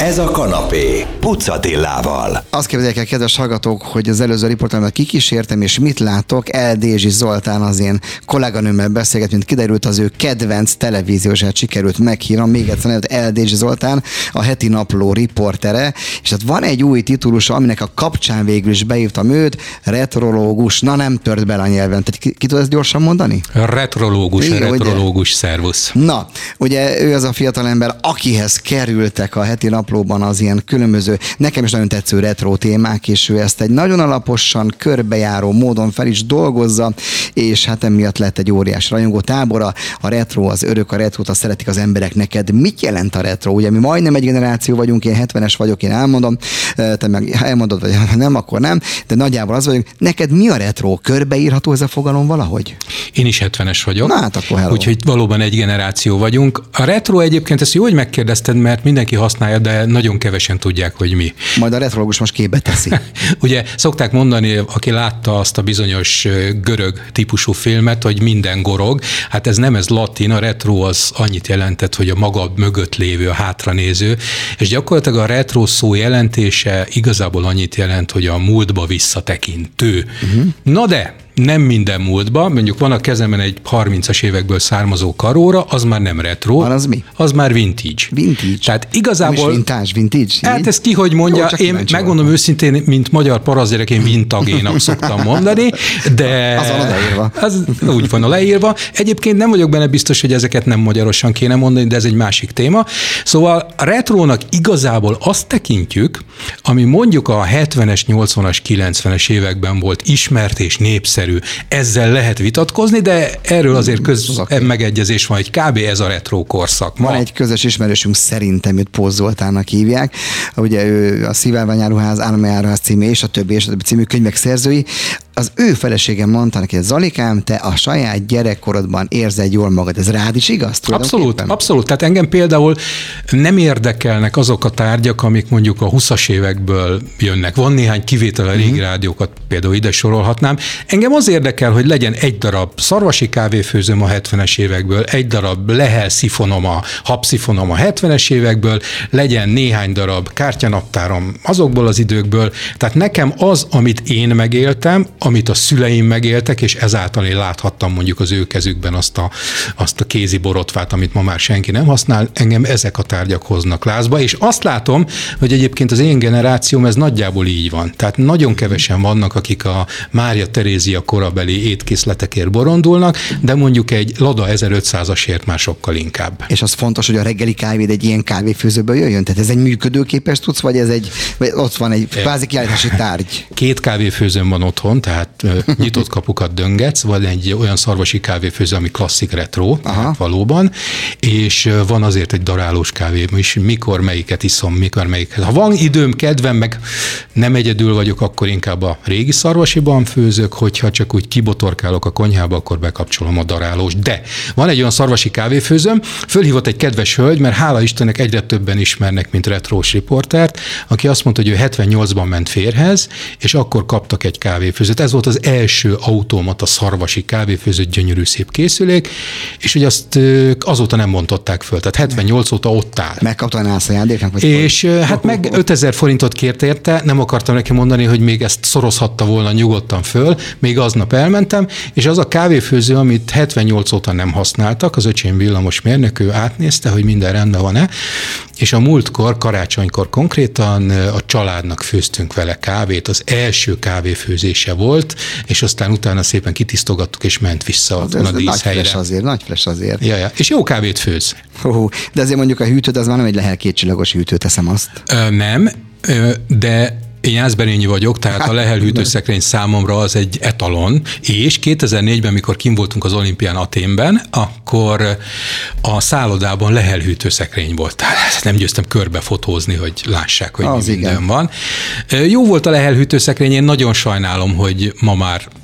Ez a kanapé Puc Attilával. Azt képzeljék el, kedves hallgatók, hogy az előző riportban kikísértem, és mit látok? Eldézsi Zoltán, az én kolléganőmmel beszélgetünk, kiderült az ő kedvenc televíziósát sikerült meghívnom, még egyszer nevet Eldézsi Zoltán, a Heti Napló riportere, és hát van egy új titulusa, aminek a kapcsán végül is beírtam őt, retrológus. Na, nem tört bele a nyelven. Tehát ki tudod ezt gyorsan mondani? Retrológus, szervusz. Na, ugye ő az a fiatalember, akihez kerültek a Heti Naplóban az ilyen különböző, nekem is nagyon tetsző retro témák, és ő ezt egy nagyon alaposan, körbejáró módon fel is dolgozza, és hát emiatt lett egy óriás rajongó tábora. A retro, az örök, a retrót azt szeretik az emberek. Neked mit jelent a retro? Ugye mi majdnem egy generáció vagyunk, én 70-es vagyok, én elmondom, te meg elmondod, vagy nem, akkor nem, de nagyjából az vagyunk. Neked mi a retro? Körbeírható ez a fogalom valahogy? Én is 70-es vagyok. Na, hát akkor hello. Úgyhogy valóban egy generáció vagyunk. A retro egyébként, ezt jó, hogy megkérdezted, mert mindenki használja, de nagyon kevesen tudják, hogy mi. Majd a retrológus most képbe teszi. Ugye szokták mondani, aki látta azt a bizonyos görög típusú filmet, hogy minden gorog. Hát ez nem, ez latin, a retro az annyit jelentett, hogy a maga mögött lévő, a hátranéző, és gyakorlatilag a retro szó jelentése igazából annyit jelent, hogy a múltba visszatekintő. Na de nem minden múltba, mondjuk van a kezemben egy 30-as évekből származó karóra, az már nem retro. Az mi? Az már vintage. Vintage? Tehát igazából... Vintage? Hát ezt ki, hogy mondja, jó, én megmondom őszintén, mint magyar paraszgyerek, én vintagénak szoktam mondani, de... Az van leírva. Az úgy van leírva. Egyébként nem vagyok benne biztos, hogy ezeket nem magyarosan kéne mondani, de ez egy másik téma. Szóval a retrónak igazából azt tekintjük, ami mondjuk a 70-es, 80-as, 90-es években volt ismert és népszerű. Ezzel lehet vitatkozni, de erről azért megegyezés van, hogy kb. Ez a retro korszak. Van egy közös ismerősünk, szerintem őt Póz Zoltánnak hívják. Ugye ő a Szivárványáruház, Álomjáruház című és a többi című könyvek szerzői. Az ő feleségem mondta neki, hogy Zalikám, te a saját gyerekkorodban érzed jól magad. Ez rád is igaz? Abszolút. Tehát engem például nem érdekelnek azok a tárgyak, amik mondjuk a 20-as évekből jönnek. Van néhány kivétel, a régi rádiókat például ide sorolhatnám. Engem az érdekel, hogy legyen egy darab szarvasi kávéfőzőm a 70-es évekből, egy darab lehel szifonom, habszifonom a 70-es évekből, legyen néhány darab kártyanaptárom azokból az időkből. Tehát nekem az, amit én megéltem, amit a szüleim megéltek, és ezáltal én láthattam mondjuk az ő kezükben azt a kézi borotvát, amit ma már senki nem használ, engem ezek a tárgyak hoznak lázba, és azt látom, hogy egyébként az én generációm ez nagyjából így van. Tehát nagyon kevesen vannak, akik a Mária Terézia korabeli étkészletekért borondulnak, de mondjuk egy Lada 1500-asért már sokkal inkább. És az fontos, hogy a reggeli kávéd egy ilyen kávéfőzőből jöjjön? Tehát ez egy működőképes tudsz, vagy ott van egy kvázi kiállítási tárgy? 2 kávéfőzőm van otthon, tehát nyitott kapukat döngetsz, vagy egy olyan szarvasi kávéfőző, ami klasszik retro, tehát valóban, és van azért egy darálós kávém is, mikor melyiket iszom, mikor melyiket. Ha van időm, kedvem, meg nem egyedül vagyok, akkor inkább a régi szarvasiban főzök, hogyha csak úgy kibotorkálok a konyhába, akkor bekapcsolom a darálós. De van egy olyan szarvasi kávéfőzőm, fölhívott egy kedves hölgy, mert hála Istennek egyre többen ismernek, mint retrós riportert, aki azt mondta, hogy ő 78-ban ment férjhez, és akkor kaptak egy kávéfőzőt. Ez volt az első automata szarvasi kávéfőző, gyönyörű szép készülék, és hogy azt azóta nem bontották föl. Tehát 78 óta ott áll. Megkapta a nász ajándéknak? És hát meg 5000 forintot kért érte, nem akartam neki mondani, hogy még ezt szorozhatta volna nyugodtan föl, még aznap elmentem, és az a kávéfőző, amit 78 óta nem használtak, az öcsém villamos mérnök, ő átnézte, hogy minden rendben van-e, és a múltkor, karácsonykor konkrétan a családnak főztünk vele kávét, az első kávéfőzése volt, és aztán utána szépen kitisztogattuk, és ment vissza a díszhelyre. Nagy flash azért. Ja. És jó kávét főz. De azért mondjuk a hűtőt, az már nem egy lehel 2 csillagos hűtő, teszem azt. Nem, de én Jászberényi vagyok, tehát a Lehel hűtőszekrény számomra az egy etalon, és 2004-ben, mikor kim voltunk az olimpián Athénben, akkor a szállodában Lehel hűtőszekrény volt. Tehát nem győztem körbe fotózni, hogy lássák, hogy minden van. Jó volt a Lehel hűtőszekrény, én nagyon sajnálom, hogy ma már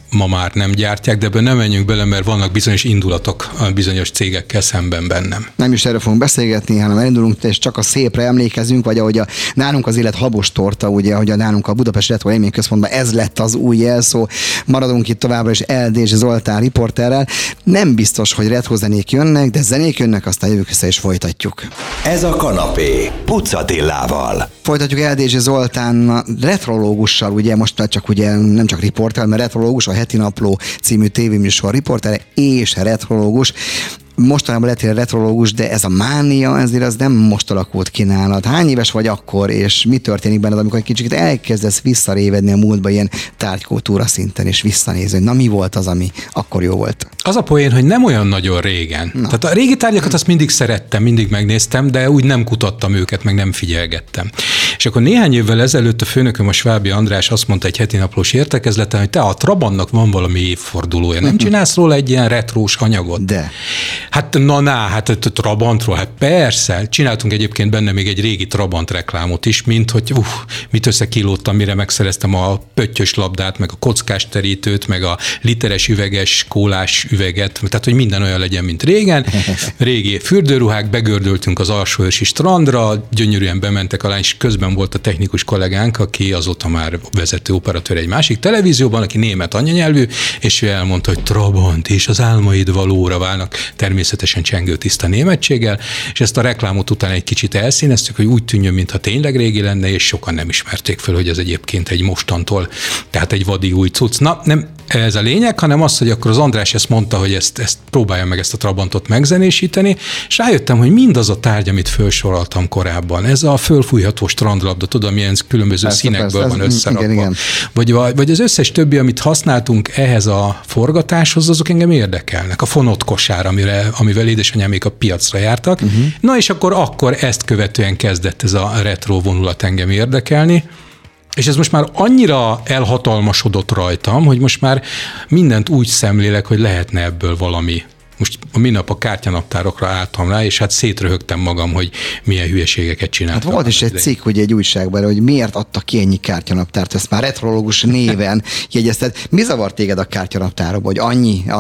ma már nem gyártják, de ebben nem menjünk bele, mert vannak bizonyos indulatok a bizonyos cégekkel szemben bennem. Nem is erről fogunk beszélgetni, hanem elindulunk, és csak a szépre emlékezünk, vagy ahogy nálunk az élet habos torta, ugye, ahogy nálunk a Budapest Retro Élmény Központban ez lett az új jelszó. Maradunk itt továbbra is Eldézsi Zoltán riporterrel. Nem biztos, hogy retro zenék jönnek, de zenék jönnek, aztán jövök vissza és folytatjuk. Ez a kanapé Puc Attilával. Folytatjuk Eldézsi Zoltán retrológussal, ugye most csak ugye nem csak riporter, mert retrológus, a Heti Napló című tévéműsor riportere és retrológus. Mostanában lettél retrológus, de ez a mánia, ezért az nem most alakult ki nálad. Hány éves vagy akkor, és mi történik benned, amikor egy kicsit elkezdesz visszarévedni a múltba ilyen tárgykultúra szinten, és visszanézni, na mi volt az, ami akkor jó volt? Az a poén, hogy nem olyan nagyon régen. Na. Tehát a régi tárgyakat azt mindig szerettem, mindig megnéztem, de úgy nem kutattam őket, meg nem figyelgettem. És akkor néhány évvel ezelőtt a főnököm, a Svábi András azt mondta egy Heti Naplós értekezleten, hogy te a Trabantnak van valami évfordulója, nem csinálsz róla egy ilyen retrós anyagot? De. Hát hát a Trabantról, hát persze. Csináltunk egyébként benne még egy régi Trabant reklámot is, mint hogy mit összekilódtam, mire megszereztem a pöttyös labdát, meg a kockás terítőt, meg a literes üveges kólás üveget, tehát hogy minden olyan legyen, mint régen. Régi fürdőruhák, begördöltünk az Alsóörsi strandra, gyönyörűen bementek a lány, és közben volt a technikus kollégánk, aki azóta már vezető operatőr egy másik televízióban, aki német anyanyelvű, és ő elmondta, hogy Trabant és az álmaid valóra válnak, természetesen csengő tiszta németséggel, és ezt a reklámot után egy kicsit elszíneztük, hogy úgy tűnjön, mintha tényleg régi lenne, és sokan nem ismerték fel, hogy ez egyébként egy mostantól, tehát egy vadi új cucc. Na, nem ez a lényeg, hanem az, hogy akkor az András ezt mondta, hogy ezt próbálja meg ezt a Trabantot megzenésíteni, és rájöttem, hogy mindaz a tárgy, amit felsoroltam korábban, ez a fölfújható strandlabda, tudom, milyen különböző persze, színekből van összerakva. Igen. Vagy az összes többi, amit használtunk ehhez a forgatáshoz, azok engem érdekelnek. A fonott kosár, amivel édesanyámék a piacra jártak. Na és akkor ezt követően kezdett ez a retro vonulat engem érdekelni. És ez most már annyira elhatalmasodott rajtam, hogy most már mindent úgy szemlélek, hogy lehetne ebből valami. Most a minap a kártyanaptárokra álltam rá, és hát szétröhögtem magam, hogy milyen hülyeségeket csináltam. Hát volt is egy cikk, ugye egy újságban, hogy miért adtak ki ennyi kártyanaptárt, ezt már retrológus néven jegyezted. Mi zavart téged a kártyanaptárokban, hogy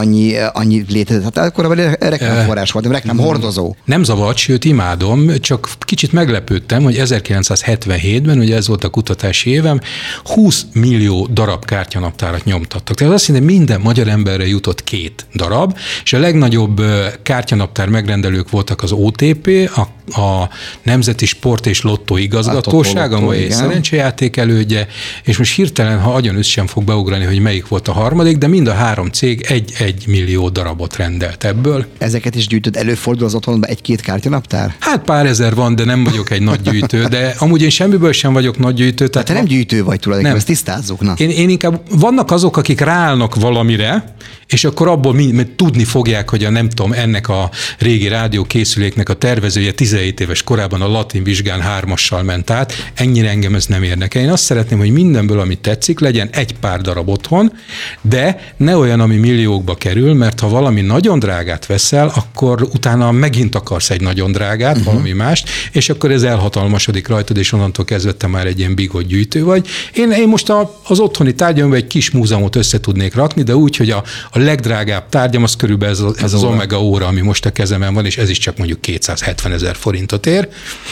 annyi létezett? Hát akkor reklámforrás volt, reklámhordozó. Nem zavart, sőt imádom, csak kicsit meglepődtem, hogy 1977-ben, ugye ez volt a kutatási évem, 20 millió darab kártyanaptárat nyomtattak. Tehát azt hiszem, minden magyar emberre jutott 2 darab, és a legnagyobb kártyanaptár megrendelők voltak az OTP, a Nemzeti Sport és Lottó Igazgatóság, a mai szerencsejáték elődje, és most hirtelen, ha agyon sem fog beugrani, hogy melyik volt a harmadik, de mind a 3 cég 1 millió darabot rendelt ebből. Ezeket is gyűjtöd, előfordul az otthonban 1-2 kártyanaptár? Hát pár ezer van, de nem vagyok egy nagy gyűjtő, de amúgy én semmiből sem vagyok nagy gyűjtő. Tehát te nem gyűjtő vagy tulajdonképpen, ezt tisztázzuk. Na. Én inkább, vannak azok, akik ráállnak valamire, és akkor abból tudni fogják, hogy nem tudom, ennek a régi rádiókészüléknek a tervezője 17 éves korában a latin vizsgán 3-assal ment át, ennyire engem ez nem érdekel. Én azt szeretném, hogy mindenből, amit tetszik, legyen egy pár darab otthon, de ne olyan, ami milliókba kerül, mert ha valami nagyon drágát veszel, akkor utána megint akarsz egy nagyon drágát, valami mást, és akkor ez elhatalmasodik rajtad, és onnantól kezdve te már egy ilyen bigott gyűjtő vagy. Én most az otthoni tárgyamban egy kis múzeumot össze tudnék rakni, de úgy, hogy a legdrágább tárgyam az körülbelül ez az Omega óra, ami most a kezemen van, és ez is csak mondjuk 270 000 forintot ér.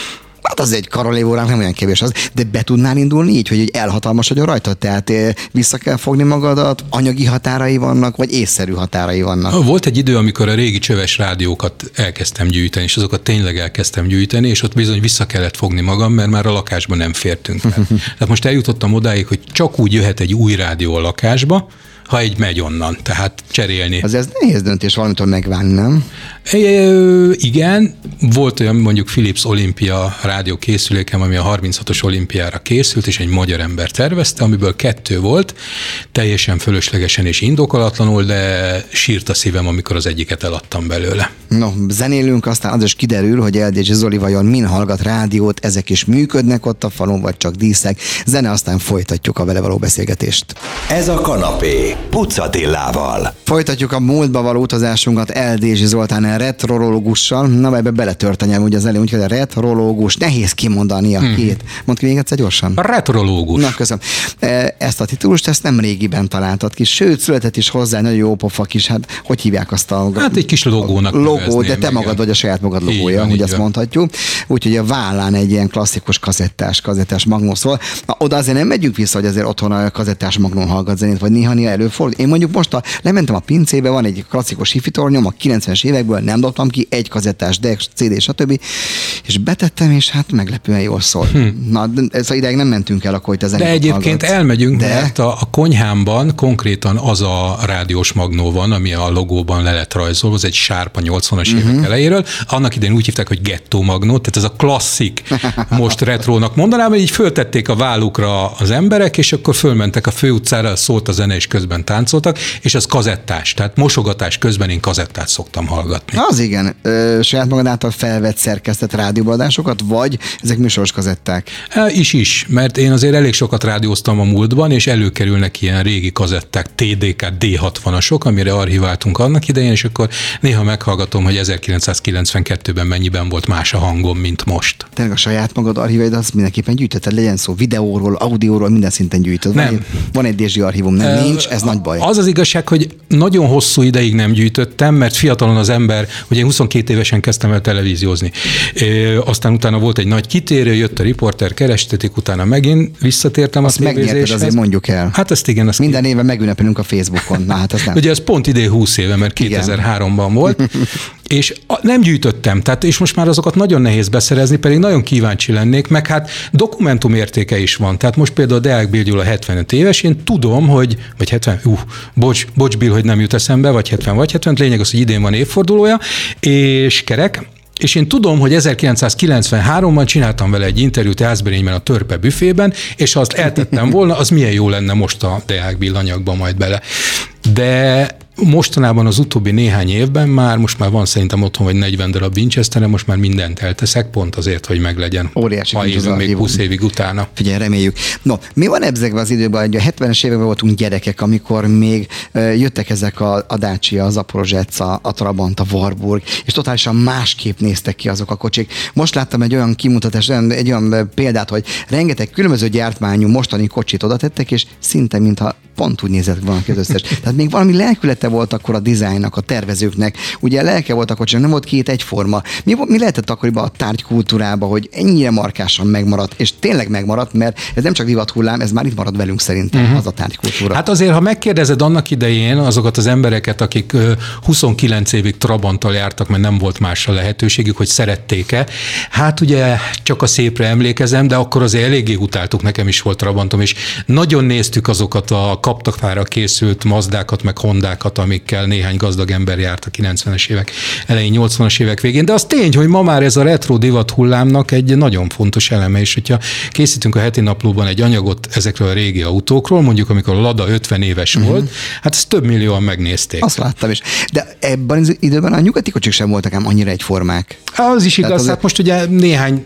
Hát az egy Karolév óránk nem olyan kevés az, de be tudnál indulni így, hogy elhatalmasodjon rajta? Tehát vissza kell fogni magadat, anyagi határai vannak, vagy észszerű határai vannak? Volt egy idő, amikor a régi csöves rádiókat elkezdtem gyűjteni, és azokat tényleg elkezdtem gyűjteni, és ott bizony vissza kellett fogni magam, mert már a lakásban nem fértünk el. Tehát most eljutottam odáig, hogy csak úgy jöhet egy új rádió a lakásba, ha egy megy onnan, tehát cserélni. Ez nehéz döntés valamitől megválni, nem? Igen, volt olyan mondjuk Philips Olympia rádiókészülékem, ami a 36-os olimpiára készült, és egy magyar ember tervezte, amiből 2 volt, teljesen fölöslegesen és indokolatlanul, de sírt a szívem, amikor az egyiket eladtam belőle. No, zenélünk, aztán az is kiderül, hogy Eldézsi Zoli vajon min hallgat rádiót, ezek is működnek ott a falon, vagy csak díszek. Zene, aztán folytatjuk a vele való beszélgetést. Ez a kanapé Puc Attilával. Folytatjuk a múltba való utazásunkat Eldézsi Zoltánnal ilyen retrológussal, na ebbe beletört a nyelv, ugye az elején úgy kell, a retrológus, nehéz kimondani a két. Mondd ki még egyszer gyorsan. A retrológus. Na, köszönöm. Ezt a titulust, ezt nem régiben találtad ki, sőt, született is hozzá, nagyon jó pofa kis, hát hogy hívják azt a... Hát egy kis logónak logó, de te magad vagy a saját magad logója, hogy ezt mondhatjuk. Úgyhogy a vállán egy ilyen klasszikus kazettás magnó szól. Na, oda azért nem megyünk vissza, hogy azért otthon a kazettás magnón hallgat zenét, vagy néha előfordul. Én mondjuk most lementem a pincébe, van egy klasszikus hifitornyom a 90-es évekből, nem dobtam ki, egy kazettás, Dex, CD, stb. És betettem, és hát meglepően jól szól. Na, ez ideig nem mentünk el, akkor te zenét de egyébként hallgatsz. elmegyünk, mert a konyhámban konkrétan az a rádiós magnó van, ami a logóban le lett rajzolva, az egy sárpa 80-as évek elejéről. Annak idején úgy hívták, hogy gettó magnó, tehát ez a klasszik, most retrónak mondanám, hogy így föltették a vállukra az emberek, és akkor fölmentek a főutcára, szólt a zene, és közben táncoltak, és ez kazettás, tehát mosogatás közben én kazettát szoktam hallgatni. Az igen, saját magad által felvett szerkesztett rádióadásokat, vagy ezek műsoros kazetták? Is, mert én azért elég sokat rádióztam a múltban, és előkerülnek ilyen régi kazetták, TDK D60-asok, amire archiváltunk annak idején, és akkor néha meghallgatom, hogy 1992-ben mennyiben volt más a hangom, mint most. Tényleg a saját magad archívaid, azt mindenképpen gyűjtötted, legyen szó videóról, audióról, minden szinten gyűjtöd. Van egy DSG archívum, nem nincs, ez nagy baj. Az az igazság, hogy nagyon hosszú ideig nem gyűjtöttem, mert fiatalon az ember, ugye én 22 évesen kezdtem el televíziózni. Aztán utána volt egy nagy kitérő, jött a riporter, kerestetik, utána megint visszatértem a tévézéshez. Megnyerted, azért mondjuk el. Hát ezt igen. Minden éve megünnepelünk a Facebookon. Na, hát ez nem. Ugye ez pont idén 20 éve, mert 2003-ban volt. És nem gyűjtöttem, tehát és most már azokat nagyon nehéz beszerezni, pedig nagyon kíváncsi lennék, meg hát dokumentum értéke is van. Tehát most például Deák Bill Gyula 75 éves, én tudom, hogy, vagy 70, bocs Bill, hogy nem jut eszembe, vagy 70, lényeg az, hogy idén van évfordulója, és kerek, és én tudom, hogy 1993-ban csináltam vele egy interjút Jászberényben a Törpe büfében, és ha azt eltettem volna, az milyen jó lenne most a Deák Bill anyagba majd bele. De mostanában az utóbbi néhány évben most már van szerintem otthon vagy 40 darab Winchester, most már mindent elteszek, pont azért, hogy meglegyen. Óriási, ha élünk még 20 évig utána. Figyelj, reméljük. No, mi van ezekben az időben, hogy a 70-es években voltunk gyerekek, amikor még jöttek ezek a Dacia, a Zaporozsetsz, a Trabant, a Warburg, és totálisan másképp néztek ki azok a kocsik. Most láttam egy olyan kimutatást, egy olyan példát, hogy rengeteg különböző gyártmányú mostani kocsit oda tettek, és szinte mintha pont úgy nézett volna az összes. Tehát még valami lelkülete volt akkor a dizájnnak, a tervezőknek. Ugye lelke volt a kocsinak, nem volt két egyforma. Mi lehetett akkoriban a tárgykultúrában, hogy ennyire markásan megmaradt, és tényleg megmaradt, mert ez nem csak divathullám, ez már itt marad velünk szerintem, az a tárgykultúra. Hát azért, ha megkérdezed annak idején azokat az embereket, akik 29 évig Trabanttal jártak, mert nem volt másra lehetőségük, hogy szerették-e, hát ugye csak a szépre emlékezem, de akkor azért eléggé utáltuk, nekem is volt Trabantom, és nagyon néztük azokat a kaptakfára készült Mazdákat, meg Hondákat, amikkel néhány gazdag ember járt a 90-es évek elején, 80-as évek végén, de az tény, hogy ma már ez a retro divat hullámnak egy nagyon fontos eleme, és hogyha készítünk a heti naplóban egy anyagot ezekről a régi autókról, mondjuk amikor a Lada 50 éves volt, hát ezt több millióan megnézték. Azt láttam is. De ebben az időben a nyugati kocsik sem voltak ám annyira egyformák. Az is igaz, hát most ugye néhány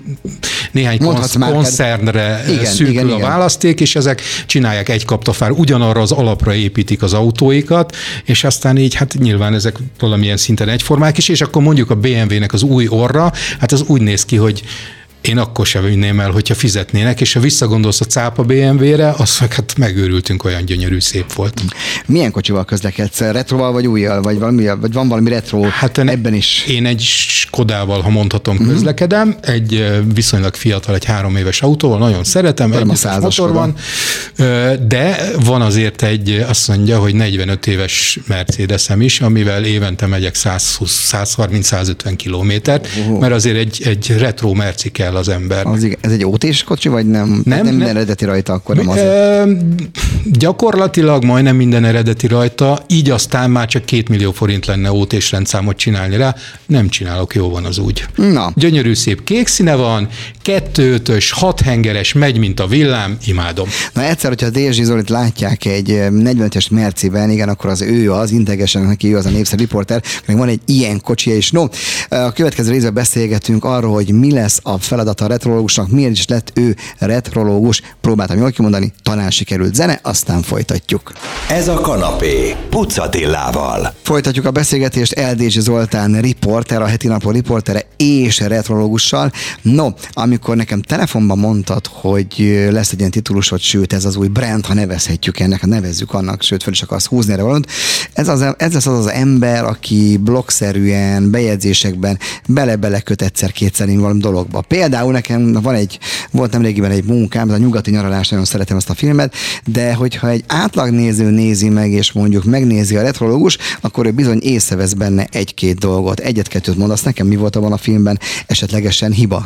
koncernre szűkül a választék, és ezek csinálják egy kaptafár, ugyanarra az alapra építik az autóikat, és aztán így hát nyilván ezek valamilyen szinten egyformák is, és akkor mondjuk a BMW-nek az új orra, hát az úgy néz ki, hogy én akkor sem vinném el, hogyha fizetnének, és ha visszagondolsz a cápa BMW-re, azt meg hát megőrültünk, olyan gyönyörű, szép volt. Milyen kocsival közlekedsz? Retroval vagy újjal? Vagy van valami retro hát ebben is? Én egy Skodával, ha mondhatom, közlekedem, egy viszonylag fiatal, egy 3 éves autóval, nagyon szeretem, egy motor van, de van azért egy, azt mondja, hogy 45 éves Mercedesem is, amivel évente megyek 130-150 kilométert, mert azért egy retro merci kell az ember. Ez egy OT-s kocsi, vagy nem? Nem minden eredeti rajta, akkor nem azért? Gyakorlatilag majdnem minden eredeti rajta, így aztán már csak 2 millió forint lenne OT-s rendszámot csinálni rá. Nem csinálok, jó van az úgy. Na. Gyönyörű szép kék színe van, 2.5-ös, 6 hengeres, megy, mint a villám, imádom. Na egyszer, hogyha a DSG Zolit látják egy 45-es Merciben, igen, akkor az ő az, integesen neki ő az a népszerű riporter, meg van egy ilyen kocsia is. No, a következő részben beszélgetünk arról, hogy mi lesz a feladat feladata a retrológusnak, miért is lett ő retrológus, próbáltam jól kimondani, talán sikerült. Zene, aztán folytatjuk. Ez a kanapé Puc Attilával. Folytatjuk a beszélgetést Eldési Zoltán riporter, a Heti Napló riportere és retrológussal. No, amikor nekem telefonban mondtad, hogy lesz egy ilyen titulusod, sőt ez az új brand, ha nevezhetjük ennek, ha nevezzük annak, sőt fel is akarsz húzni erre valamit, ez lesz az ember, aki blogszerűen, bejegyzésekben bele-bele köt egyszer-kétszer valami dologba. Például nekem volt nemrégiben egy munkám, ez a Nyugati nyaralás, nagyon szeretem ezt a filmet, de hogyha egy átlagnéző nézi meg, és mondjuk megnézi a retrológus, akkor ő bizony észrevesz benne egy-két dolgot. Egyet-kettőt mondasz nekem, mi volt abban a filmben esetlegesen hiba?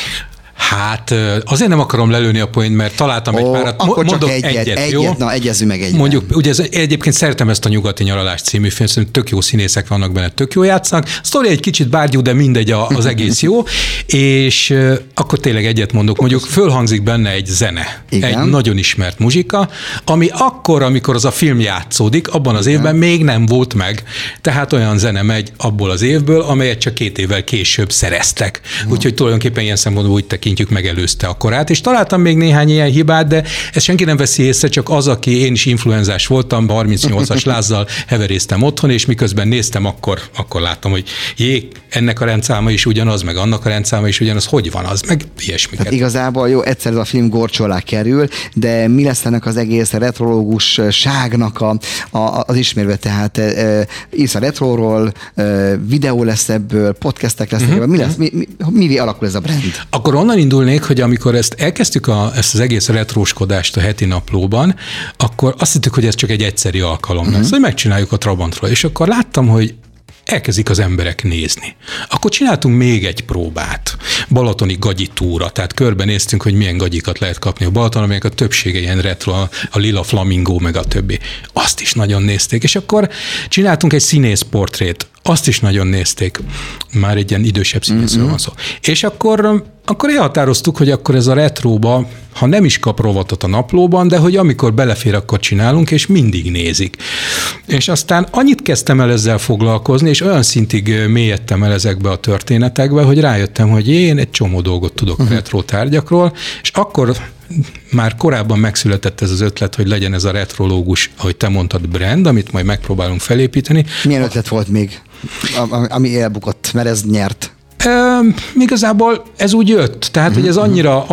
Hát azért nem akarom lelőni a poént, mert találtam egy párat. Akkor mondok csak egyet, jó? Na, egyezzünk meg egyet. Mondjuk, ugye egyébként szeretem ezt a Nyugati nyaralás című filmet, tök jó színészek vannak benne, tök jó játszanak. A sztori egy kicsit bárgyú, de mindegy, az egész jó. És akkor tényleg egyet mondok, mondjuk fölhangzik benne egy zene. Igen. Egy nagyon ismert muzsika, ami akkor, amikor az a film játszódik, abban az évben még nem volt meg. Tehát olyan zene megy abból az évből, amelyet csak 2 évvel később szereztek. Úgyhogy tulajdonképpen ilyen szempontból úgy tekintjük, megelőzte a korát, és találtam még néhány ilyen hibát, de ezt senki nem veszi észre, csak az, aki én is influenzás voltam, 38-as lázzal heveréztem otthon, és miközben néztem, akkor láttam, hogy ennek a rendszáma is ugyanaz, meg annak a rendszáma is ugyanaz, hogy van az, meg ilyesmiket. Tehát igazából jó, egyszer ez a film gorcsó alá kerül, de mi lesz ennek az egész retrológusságnak az ismérve, tehát írsz a retróról, videó lesz ebből, podcastek lesznek, mi lesz, mi alakul ez a brand? Akkor onnan indulnék, hogy amikor elkezdtük ezt az egész retróskodást a Heti Naplóban, akkor azt hittük, hogy ez csak egy egyszeri alkalom lesz, hogy megcsináljuk a Trabantról, és akkor láttam, hogy elkezdik az emberek nézni. Akkor csináltunk még egy próbát. Balatoni gagyi túra, tehát körbenéztünk, hogy milyen gagyikat lehet kapni a Balaton, amelyek a többsége ilyen retro, a lila flamingó, meg a többi. Azt is nagyon nézték. És akkor csináltunk egy színészportrét. Azt is nagyon nézték. Már egy ilyen idősebb színészről van szó. És akkor elhatároztuk, hogy akkor ez a retróba, ha nem is kap rovatot a naplóban, de hogy amikor belefér, akkor csinálunk, és mindig nézik. És aztán annyit kezdtem el ezzel foglalkozni, és olyan szintig mélyedtem el ezekbe a történetekbe, hogy rájöttem, hogy én egy csomó dolgot tudok a retro tárgyakról, és akkor már korábban megszületett ez az ötlet, hogy legyen ez a retrológus, ahogy te mondtad, brand, amit majd megpróbálunk felépíteni. Milyen ötlet volt még, ami elbukott, mert ez nyert? Igazából ez úgy jött, tehát hogy ez annyira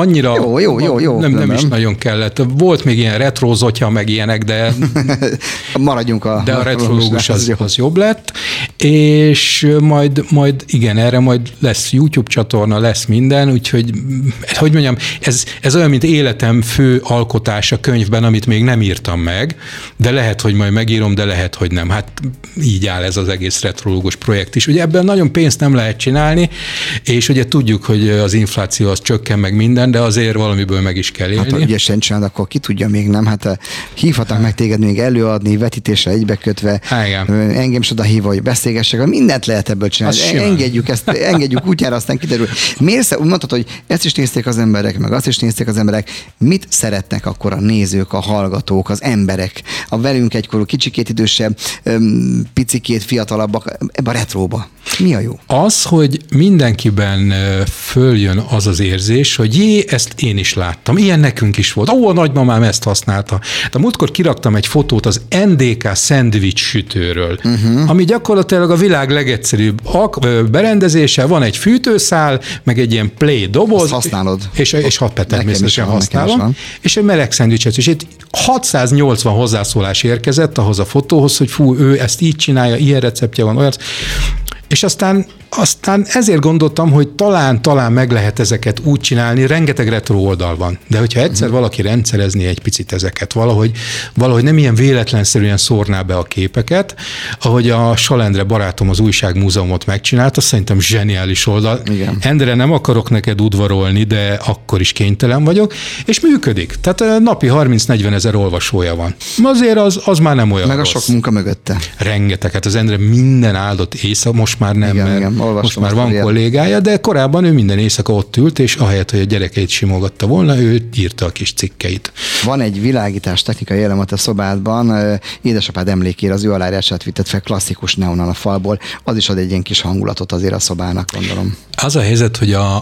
jó, nem is nagyon kellett. Volt még ilyen retrózotja, meg ilyenek, de maradjunk de a retrológus az jobb lett, és majd igen, erre majd lesz YouTube csatorna, lesz minden, úgyhogy, hogy mondjam, ez olyan, mint életem fő alkotása könyvben, amit még nem írtam meg, de lehet, hogy majd megírom, de lehet, hogy nem. Hát így áll ez az egész retrológus projekt is. Ugye ebben nagyon pénzt nem lehet csinálni, és ugye tudjuk, hogy az infláció az csökken meg minden, de azért valamiből meg is kell élni. Hát ha ügyesen csinálod, akkor ki tudja még nem, hát hívhatnak meg téged még előadni, vetítésre egybekötve, engem is oda hívva, hogy beszélgessek, mindent lehet ebből csinálni. Engedjük útjára, aztán kiderül. Miért mondtad, hogy ezt is nézték az emberek, meg azt is nézték az emberek, mit szeretnek akkor a nézők, a hallgatók, az emberek, a velünk egykorú kicsikét idősebb, picikét fiatalabbak ebbe a retróba? Mi a jó? Az, hogy mindenkiben följön az az érzés, hogy ezt én is láttam. Ilyen nekünk is volt. A nagymamám ezt használta. De múltkor kiraktam egy fotót az NDK szendvics sütőről, ami gyakorlatilag a világ legegyszerűbb berendezése. Van egy fűtőszál, meg egy ilyen play doboz. Azt használod. És természetesen használom. És egy meleg szendvicset. És itt 680 hozzászólás érkezett ahhoz a fotóhoz, hogy ő ezt így csinálja, ilyen receptje van, olyat. És aztán ezért gondoltam, hogy talán meg lehet ezeket úgy csinálni, rengeteg retro oldal van, de hogyha egyszer valaki rendszerezni egy picit ezeket, valahogy nem ilyen véletlenszerűen szórná be a képeket, ahogy a Salendre barátom az újságmúzeumot megcsinálta, szerintem zseniális oldal. Igen. Endre, nem akarok neked udvarolni, de akkor is kénytelen vagyok, és működik. Tehát napi 30-40 ezer olvasója van. Azért az már nem olyan meg rossz. A sok munka mögötte. Rengeteg. Hát az Endre minden áldott éjszaka, most már nem, igen, most már van kollégája, de korábban ő minden éjszaka ott ült, és ahelyett, hogy a gyerekeit simogatta volna, ő írta a kis cikkeit. Van egy világítás technikai elemet a szobádban, édesapád emlékére az ő alárását vitted fel klasszikus neonnal a falból, az is ad egy ilyen kis hangulatot azért a szobának, gondolom. Az a helyzet, hogy a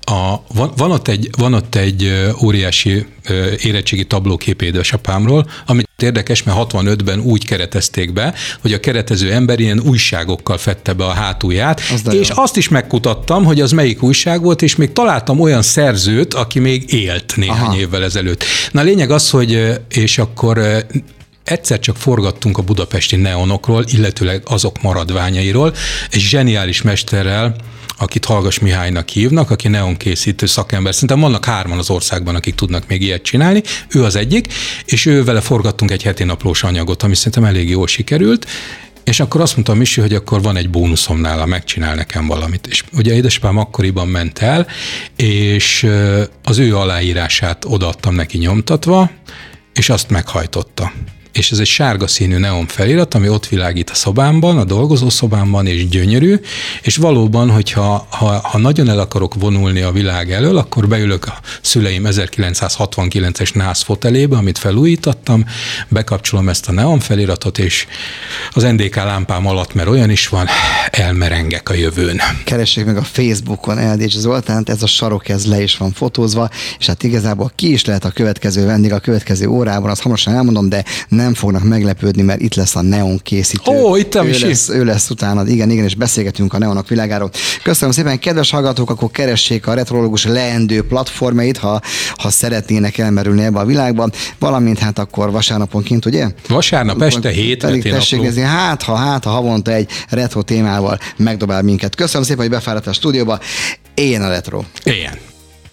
van ott egy óriási érettségi tablókép édesapámról, amit érdekes, mert 65-ben úgy keretezték be, hogy a keretező ember ilyen újságokkal fette be a hátulját, és azt is megkutattam, hogy az melyik újság volt, és még találtam olyan szerzőt, aki még élt néhány évvel ezelőtt. Na a lényeg az, hogy és akkor egyszer csak forgattunk a budapesti neonokról, illetőleg azok maradványairól, egy zseniális mesterrel, akit Hallgas Mihálynak hívnak, aki neonkészítő szakember. Szerintem vannak 3 az országban, akik tudnak még ilyet csinálni. Ő az egyik, és ő vele forgattunk egy heti naplós anyagot, ami szerintem elég jól sikerült, és akkor azt mondta Misi, hogy akkor van egy bónuszom nála, megcsinál nekem valamit. És ugye édesapám akkoriban ment el, és az ő aláírását odaadtam neki nyomtatva, és azt meghajtotta. És ez egy sárga színű neon felirat, ami ott világít a szobámban, a dolgozószobámban, és gyönyörű, és valóban, hogyha ha nagyon el akarok vonulni a világ elől, akkor beülök a szüleim 1969-es NAS fotelébe, amit felújítottam, bekapcsolom ezt a neon feliratot, és az NDK lámpám alatt, mert olyan is van, elmerengek a jövőn. Keressék meg a Facebookon Eldécs Zoltánt, ez a sarok, ez le is van fotózva, és hát igazából ki is lehet a következő vendég a következő órában, azt hamarosan elmondom, de nem fognak meglepődni, mert itt lesz a neon készítő. Ő lesz utána, igen, és beszélgetünk a neonok világáról. Köszönöm szépen, kedves hallgatók, akkor keressék a Retrológus leendő platformjait, ha szeretnének elmerülni ebbe a világba, valamint hát akkor vasárnaponként, ugye? Vasárnap este 7 pedig tessék nézni, hát ha havonta egy retro témával megdobál minket. Köszönöm szépen, hogy befáradt a stúdióba. Éljen a retro! Éljen!